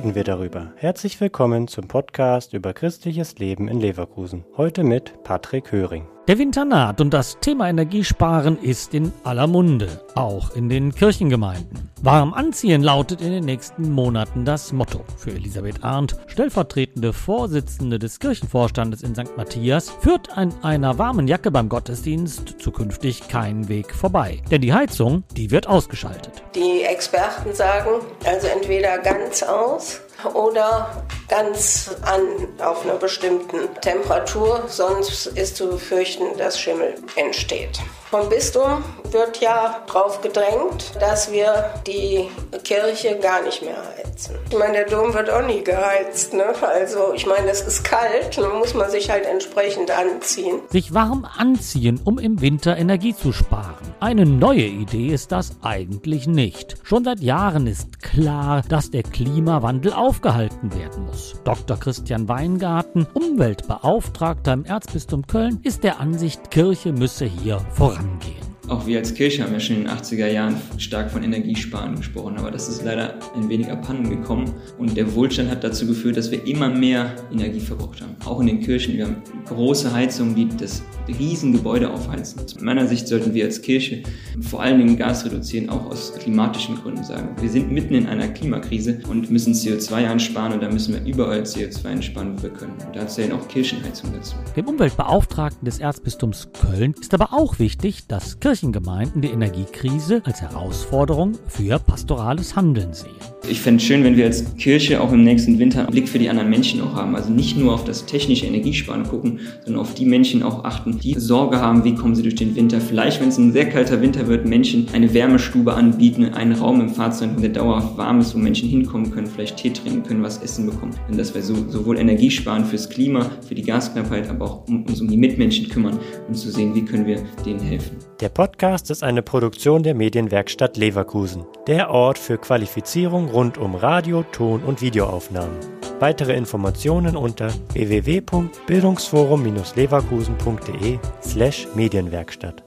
reden wir darüber. Herzlich willkommen zum Podcast über christliches Leben in Leverkusen. Heute mit Patrick Höring. Der Winter naht und das Thema Energiesparen ist in aller Munde, auch in den Kirchengemeinden. Warm anziehen lautet in den nächsten Monaten das Motto. Für Elisabeth Arndt, stellvertretende Vorsitzende des Kirchenvorstandes in St. Matthias, führt an einer warmen Jacke beim Gottesdienst zukünftig kein Weg vorbei. Denn die Heizung, die wird ausgeschaltet. Die Experten sagen, also entweder ganz aus oder ganz an auf einer bestimmten Temperatur, sonst ist zu befürchten, dass Schimmel entsteht. Vom Bistum wird ja darauf gedrängt, dass wir die Kirche gar nicht mehr heizen. Ich meine, der Dom wird auch nie geheizt, ne? Also ich meine, es ist kalt, dann muss man sich halt entsprechend anziehen. Sich warm anziehen, um im Winter Energie zu sparen. Eine neue Idee ist das eigentlich nicht. Schon seit Jahren ist klar, dass der Klimawandel aufgehalten werden muss. Dr. Christian Weingarten, Umweltbeauftragter im Erzbistum Köln, ist der Ansicht, Kirche müsse hier vorangehen. Auch wir als Kirche haben ja schon in den 80er Jahren stark von Energiesparen gesprochen, aber das ist leider ein wenig abhanden gekommen und der Wohlstand hat dazu geführt, dass wir immer mehr Energie verbraucht haben. Auch in den Kirchen, wir haben große Heizungen, die das Riesengebäude aufheizen. Aus meiner Sicht sollten wir als Kirche vor allen Dingen Gas reduzieren, auch aus klimatischen Gründen sagen. Wir sind mitten in einer Klimakrise und müssen CO2 einsparen und da müssen wir überall CO2 einsparen, wo wir können. Und da zählen auch Kirchenheizungen dazu. Dem Umweltbeauftragten des Erzbistums Köln ist aber auch wichtig, dass Kirchengemeinden die Energiekrise als Herausforderung für pastorales Handeln sehen. Ich fände es schön, wenn wir als Kirche auch im nächsten Winter einen Blick für die anderen Menschen auch haben. Also nicht nur auf das technische Energiesparen gucken, sondern auf die Menschen auch achten, die Sorge haben, wie kommen sie durch den Winter. Vielleicht, wenn es ein sehr kalter Winter wird, Menschen eine Wärmestube anbieten, einen Raum im Fahrzeug, der dauerhaft warm ist, wo Menschen hinkommen können, vielleicht Tee trinken können, was essen bekommen. Denn dass wir sowohl Energiesparen fürs Klima, für die Gasknappheit, aber auch uns um die Mitmenschen kümmern und zu sehen, wie können wir denen helfen. Der Podcast ist eine Produktion der Medienwerkstatt Leverkusen, der Ort für Qualifizierung rund um Radio-, Ton- und Videoaufnahmen. Weitere Informationen unter www.bildungsforum-leverkusen.de/Medienwerkstatt.